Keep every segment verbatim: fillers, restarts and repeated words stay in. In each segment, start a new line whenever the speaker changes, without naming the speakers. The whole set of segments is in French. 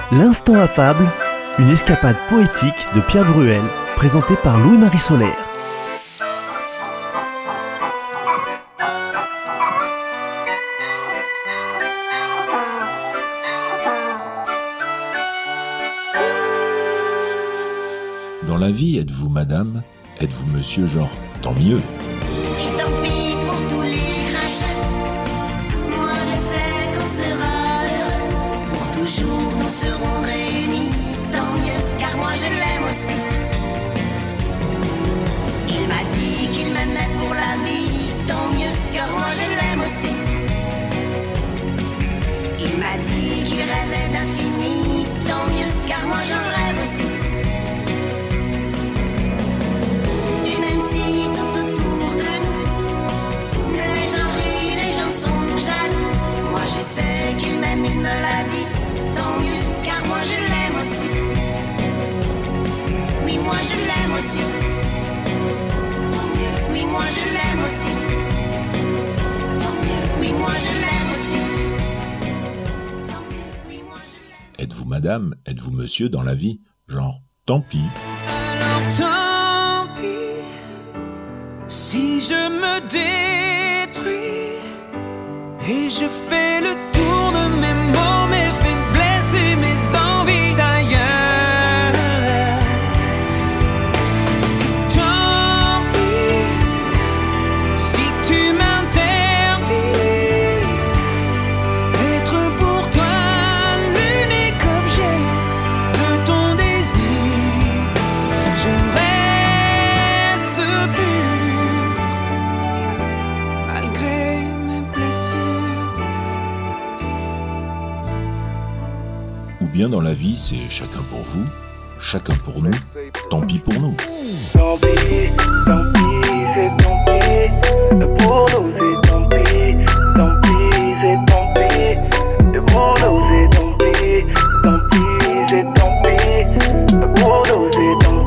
L'instant affable, une escapade poétique de Pierre Bruel, présentée par Louis-Marie Solaire.
Dans la vie, êtes-vous madame, êtes-vous monsieur, genre, tant mieux.
Et tant pis pour tous les crachats. Moi je sais qu'on sera heureux. Pour toujours nous serons réunis. Tant mieux, car moi je l'aime aussi. Il m'a dit qu'il m'aimait pour la vie. Tant mieux, car moi je l'aime aussi. Il m'a dit qu'il rêvait d'infini. Tant mieux, car moi j'en rêve aussi. Il me l'a dit, tant mieux, car moi je l'aime aussi. Oui, moi je l'aime aussi. Oui, moi je l'aime aussi. Oui, moi je l'aime aussi. Oui, moi je l'aime.
Êtes-vous madame, êtes-vous monsieur dans la vie, genre, tant pis.
Alors tant pis, si je me détruis et je fais le tour de mes mots, mes faiblesses et mes envies d'ailleurs. Et tant pis, si tu m'interdis d'être pour toi l'unique objet de ton désir, je reste pur malgré mes blessures.
Ou bien dans la vie, c'est chacun pour vous, chacun pour nous, tant pis pour nous.
Tant pis, tant pis, c'est tant pis. Pour nous c'est tant pis. Tant pis, c'est tant pis. Pour nous c'est tant pis. Tant pis, c'est tant pis. Pour nous c'est tant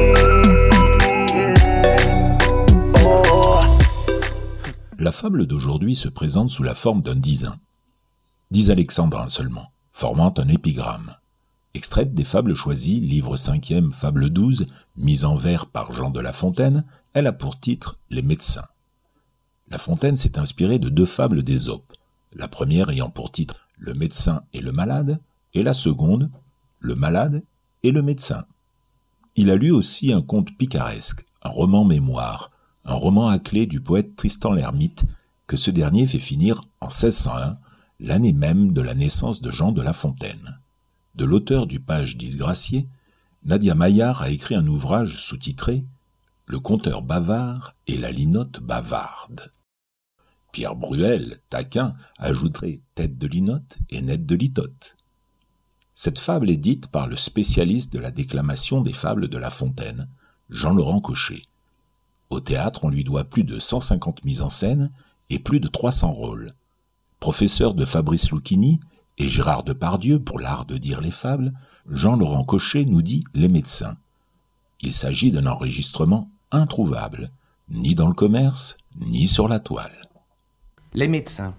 pis. Oh.
La fable d'aujourd'hui se présente sous la forme d'un dizain. Dix alexandrins seulement, formant un épigramme. Extraite des fables choisies, livre cinquième, fable douze, mise en vers par Jean de La Fontaine, elle a pour titre « Les médecins ». La Fontaine s'est inspirée de deux fables d'Ésope, la première ayant pour titre « Le médecin et le malade » et la seconde « Le malade et le médecin ». Il a lu aussi un conte picaresque, un roman mémoire, un roman à clé du poète Tristan l'Hermite, que ce dernier fait finir en seize cent un, l'année même de la naissance de Jean de La Fontaine. De l'auteur du Page disgracié, Nadia Maillard a écrit un ouvrage sous-titré « Le conteur bavard et la linotte bavarde ». Pierre Bruel, taquin, ajouterait « tête de linotte et nette de litote ». Cette fable est dite par le spécialiste de la déclamation des fables de La Fontaine, Jean-Laurent Cochet. Au théâtre, on lui doit plus de cent cinquante mises en scène et plus de trois cents rôles. Professeur de Fabrice Lucchini et Gérard Depardieu pour l'art de dire les fables, Jean-Laurent Cochet nous dit « Les médecins ». Il s'agit d'un enregistrement introuvable, ni dans le commerce, ni sur la toile.
Les médecins.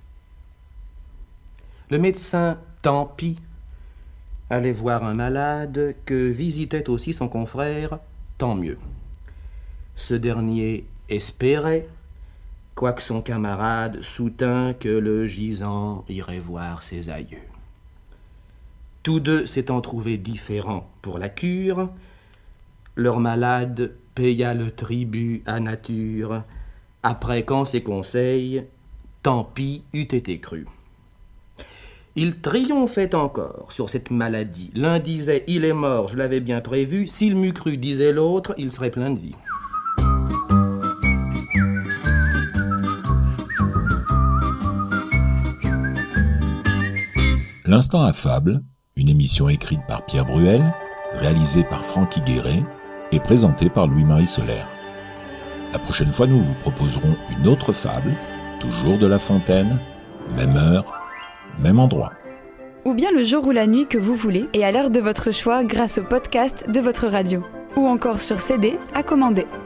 Le médecin, tant pis, allait voir un malade que visitait aussi son confrère, tant mieux. Ce dernier espérait, quoique son camarade soutint que le gisant irait voir ses aïeux. Tous deux s'étant trouvés différents pour la cure, leur malade paya le tribut à nature, après qu'en ses conseils, tant pis eût été cru. Il triomphait encore sur cette maladie. L'un disait « il est mort, je l'avais bien prévu », s'il m'eût cru, disait l'autre, il serait plein de vie.
L'Instant affable, une émission écrite par Pierre Bruel, réalisée par Francky Guéret et présentée par Louis-Marie Solaire. La prochaine fois, nous vous proposerons une autre fable, toujours de La Fontaine, même heure, même endroit.
Ou bien le jour ou la nuit que vous voulez et à l'heure de votre choix grâce au podcast de votre radio. Ou encore sur C D à commander.